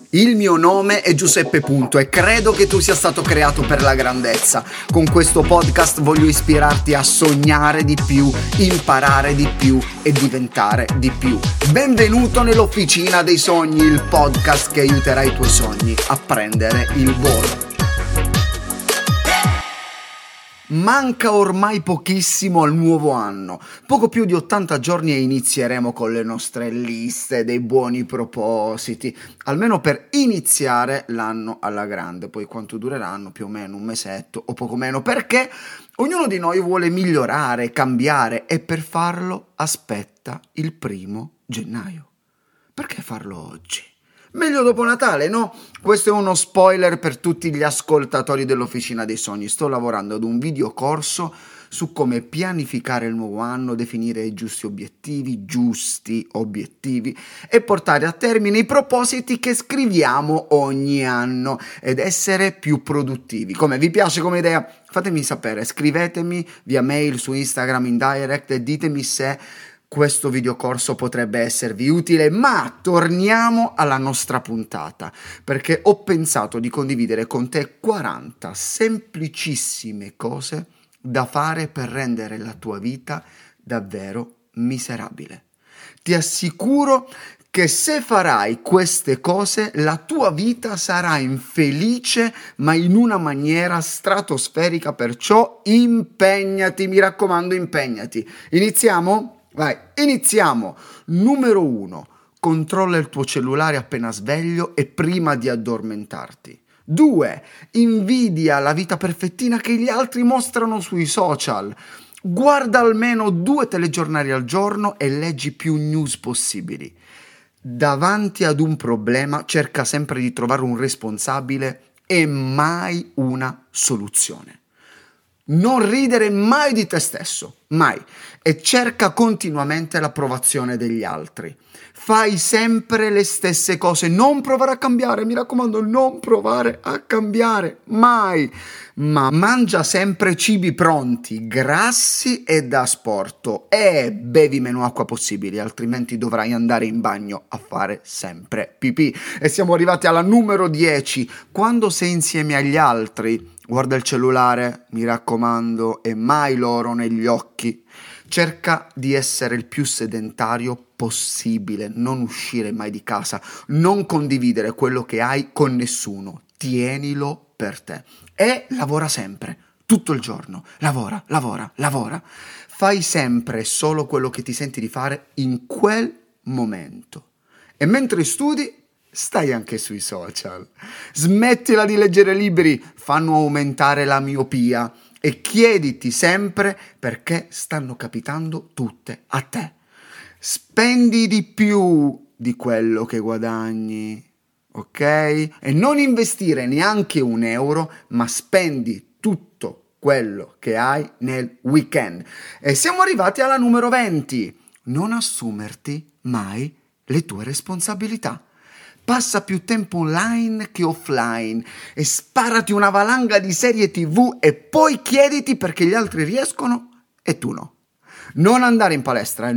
Il mio nome è Giuseppe Punto e credo che tu sia stato creato per la grandezza. Con questo podcast voglio ispirarti a sognare di più, imparare di più e diventare di più. Benvenuto nell'Officina dei Sogni, il podcast che aiuterà i tuoi sogni a prendere il volo. Manca ormai pochissimo al nuovo anno, poco più di 80 giorni e inizieremo con le nostre liste dei buoni propositi, almeno per iniziare l'anno alla grande. Poi quanto dureranno? Più o meno un mesetto o poco meno, perché ognuno di noi vuole migliorare, cambiare e per farlo aspetta il 1 gennaio. Perché farlo oggi? Meglio dopo Natale, no? Questo è uno spoiler per tutti gli ascoltatori dell'Officina dei Sogni. Sto lavorando ad un videocorso su come pianificare il nuovo anno, definire i giusti obiettivi e portare a termine i propositi che scriviamo ogni anno ed essere più produttivi. Come vi piace come idea? Fatemi sapere, scrivetemi via mail, su Instagram, in direct e ditemi se questo videocorso potrebbe esservi utile, ma torniamo alla nostra puntata, perché ho pensato di condividere con te 40 semplicissime cose da fare per rendere la tua vita davvero miserabile. Ti assicuro che se farai queste cose, la tua vita sarà infelice, ma in una maniera stratosferica, perciò impegnati, mi raccomando, impegnati. Iniziamo? Vai, iniziamo. Numero 1. Controlla il tuo cellulare appena sveglio e prima di addormentarti. 2. Invidia la vita perfettina che gli altri mostrano sui social. Guarda almeno 2 telegiornali al giorno e leggi più news possibili. Davanti ad un problema cerca sempre di trovare un responsabile e mai una soluzione. Non ridere mai di te stesso, mai, e cerca continuamente l'approvazione degli altri. Fai sempre le stesse cose, non provare a cambiare, mi raccomando, non provare a cambiare, mai. Ma mangia sempre cibi pronti, grassi e da sporto e bevi meno acqua possibile, altrimenti dovrai andare in bagno a fare sempre pipì. E siamo arrivati alla numero 10. Quando sei insieme agli altri, guarda il cellulare, mi raccomando, e mai loro negli occhi. Cerca di essere il più sedentario possibile, non uscire mai di casa, non condividere quello che hai con nessuno, tienilo per te e lavora sempre, tutto il giorno, lavora. Fai sempre solo quello che ti senti di fare in quel momento e mentre studi stai anche sui social. Smettila di leggere libri, fanno aumentare la miopia e chiediti sempre perché stanno capitando tutte a te. Spendi di più di quello che guadagni, ok? E non investire neanche un euro, ma spendi tutto quello che hai nel weekend. E siamo arrivati alla numero 20. Non assumerti mai le tue responsabilità. Passa più tempo online che offline e sparati una valanga di serie TV e poi chiediti perché gli altri riescono e tu no. Non andare in palestra e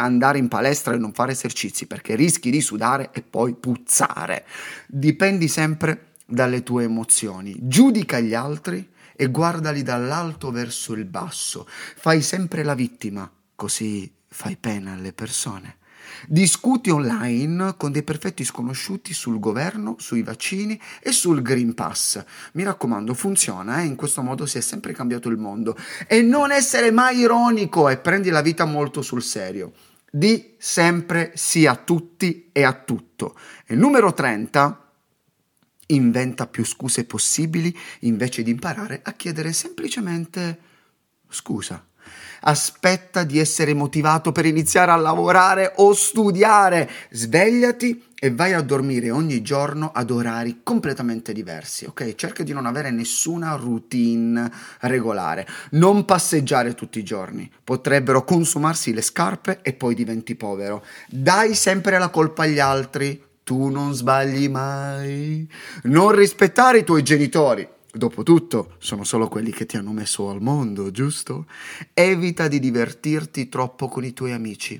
non fare esercizi perché rischi di sudare e poi puzzare. Dipendi sempre dalle tue emozioni. Giudica gli altri e guardali dall'alto verso il basso. Fai sempre la vittima, così fai pena alle persone. Discuti online con dei perfetti sconosciuti sul governo, sui vaccini e sul Green Pass. Mi raccomando, funziona, in questo modo si è sempre cambiato il mondo. E non essere mai ironico e prendi la vita molto sul serio. Di sempre sì a tutti e a tutto. E numero 30, inventa più scuse possibili invece di imparare a chiedere semplicemente scusa. Aspetta di essere motivato per iniziare a lavorare o studiare. Svegliati e vai a dormire ogni giorno ad orari completamente diversi, ok? Cerca di non avere nessuna routine regolare. Non passeggiare tutti i giorni. Potrebbero consumarsi le scarpe e poi diventi povero. Dai sempre la colpa agli altri. Tu non sbagli mai. Non rispettare i tuoi genitori. Dopotutto, sono solo quelli che ti hanno messo al mondo, giusto? Evita di divertirti troppo con i tuoi amici.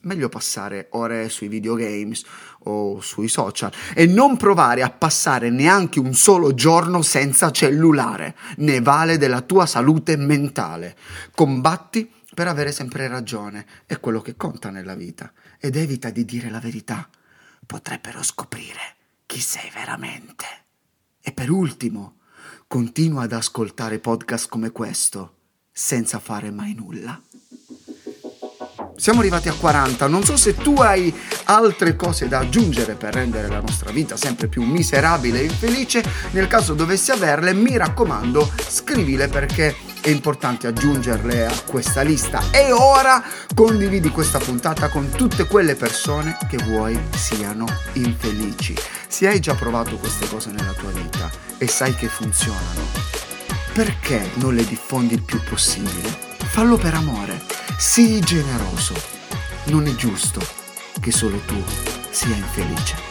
meglio passare ore sui videogames o sui social e non provare a passare neanche un solo giorno senza cellulare. Ne vale della tua salute mentale. Combatti per avere sempre ragione, è quello che conta nella vita, ed evita di dire la verità. Potrebbero scoprire chi sei veramente. E per ultimo, continua ad ascoltare podcast come questo senza fare mai nulla. Siamo arrivati a 40, non so se tu hai altre cose da aggiungere per rendere la nostra vita sempre più miserabile e infelice. Nel caso dovessi averle, mi raccomando, scrivile, perché è importante aggiungerle a questa lista. E ora condividi questa puntata con tutte quelle persone che vuoi siano infelici. Se hai già provato queste cose nella tua vita e sai che funzionano, perché non le diffondi il più possibile? Fallo per amore, sii generoso. Non è giusto che solo tu sia infelice.